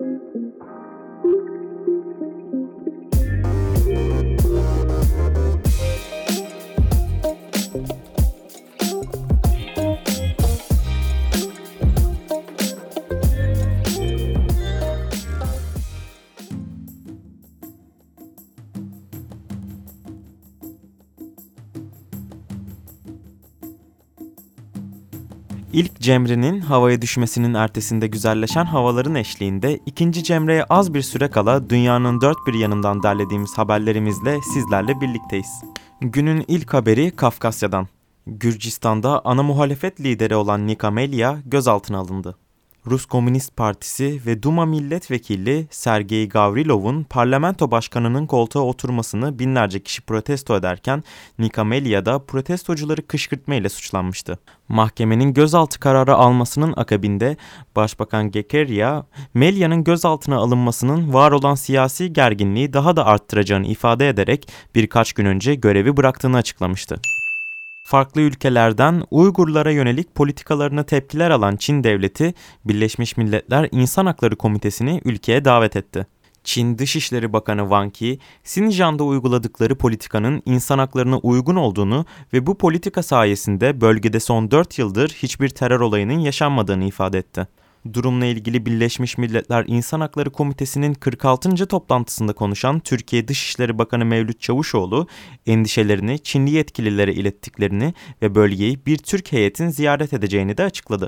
İlk Cemre'nin havaya düşmesinin ertesinde güzelleşen havaların eşliğinde ikinci Cemre'ye az bir süre kala dünyanın dört bir yanından derlediğimiz haberlerimizle sizlerle birlikteyiz. Günün ilk haberi Kafkasya'dan. Gürcistan'da ana muhalefet lideri olan Nikamelia gözaltına alındı. Rus Komünist Partisi ve Duma milletvekili Sergey Gavrilov'un parlamento başkanının koltuğa oturmasını binlerce kişi protesto ederken Nikamelia da protestocuları kışkırtmayla suçlanmıştı. Mahkemenin gözaltı kararı almasının akabinde Başbakan Gekeria, Melia'nın gözaltına alınmasının var olan siyasi gerginliği daha da arttıracağını ifade ederek birkaç gün önce görevi bıraktığını açıklamıştı. Farklı ülkelerden Uygurlara yönelik politikalarına tepkiler alan Çin devleti, Birleşmiş Milletler İnsan Hakları Komitesi'ni ülkeye davet etti. Çin Dışişleri Bakanı Wang Yi, Sincan'da uyguladıkları politikanın insan haklarına uygun olduğunu ve bu politika sayesinde bölgede son 4 yıldır hiçbir terör olayının yaşanmadığını ifade etti. Durumla ilgili Birleşmiş Milletler İnsan Hakları Komitesi'nin 46. toplantısında konuşan Türkiye Dışişleri Bakanı Mevlüt Çavuşoğlu, endişelerini Çinli yetkililere ilettiklerini ve bölgeyi bir Türk heyetin ziyaret edeceğini de açıkladı.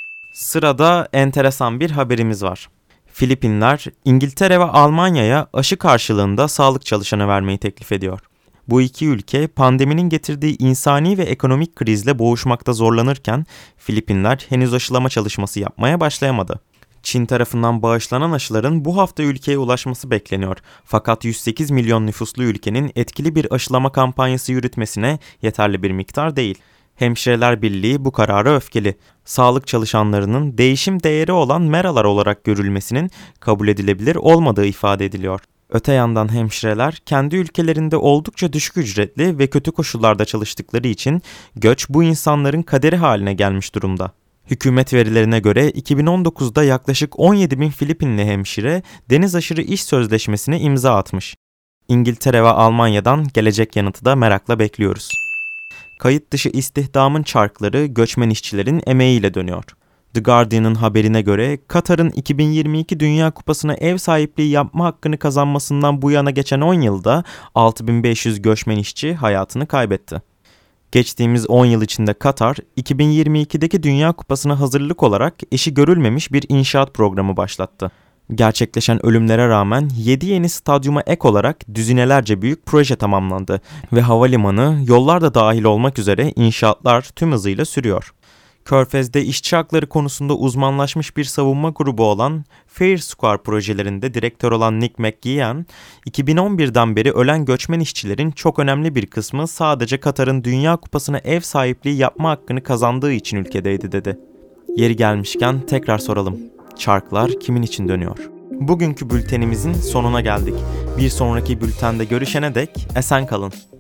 Sırada enteresan bir haberimiz var. Filipinler, İngiltere ve Almanya'ya aşı karşılığında sağlık çalışanı vermeyi teklif ediyor. Bu iki ülke pandeminin getirdiği insani ve ekonomik krizle boğuşmakta zorlanırken Filipinler henüz aşılama çalışması yapmaya başlayamadı. Çin tarafından bağışlanan aşıların bu hafta ülkeye ulaşması bekleniyor. Fakat 108 milyon nüfuslu ülkenin etkili bir aşılama kampanyası yürütmesine yeterli bir miktar değil. Hemşireler Birliği bu karara öfkeli. Sağlık çalışanlarının değişim değeri olan meralar olarak görülmesinin kabul edilebilir olmadığı ifade ediliyor. Öte yandan hemşireler kendi ülkelerinde oldukça düşük ücretli ve kötü koşullarda çalıştıkları için göç bu insanların kaderi haline gelmiş durumda. Hükümet verilerine göre 2019'da yaklaşık 17 bin Filipinli hemşire deniz aşırı iş sözleşmesine imza atmış. İngiltere ve Almanya'dan gelecek yanıtı da merakla bekliyoruz. Kayıt dışı istihdamın çarkları göçmen işçilerin emeğiyle dönüyor. The Guardian'ın haberine göre Katar'ın 2022 Dünya Kupası'na ev sahipliği yapma hakkını kazanmasından bu yana geçen 10 yılda 6500 göçmen işçi hayatını kaybetti. Geçtiğimiz 10 yıl içinde Katar, 2022'deki Dünya Kupası'na hazırlık olarak eşi görülmemiş bir inşaat programı başlattı. Gerçekleşen ölümlere rağmen 7 yeni stadyuma ek olarak düzinelerce büyük proje tamamlandı ve havalimanı, yollar da dahil olmak üzere inşaatlar tüm hızıyla sürüyor. Körfez'de işçi hakları konusunda uzmanlaşmış bir savunma grubu olan Fair Square projelerinde direktör olan Nick McGeehan, 2011'den beri ölen göçmen işçilerin çok önemli bir kısmı sadece Katar'ın Dünya Kupası'na ev sahipliği yapma hakkını kazandığı için ülkedeydi dedi. Yeri gelmişken tekrar soralım. Çarklar kimin için dönüyor? Bugünkü bültenimizin sonuna geldik. Bir sonraki bültende görüşene dek esen kalın.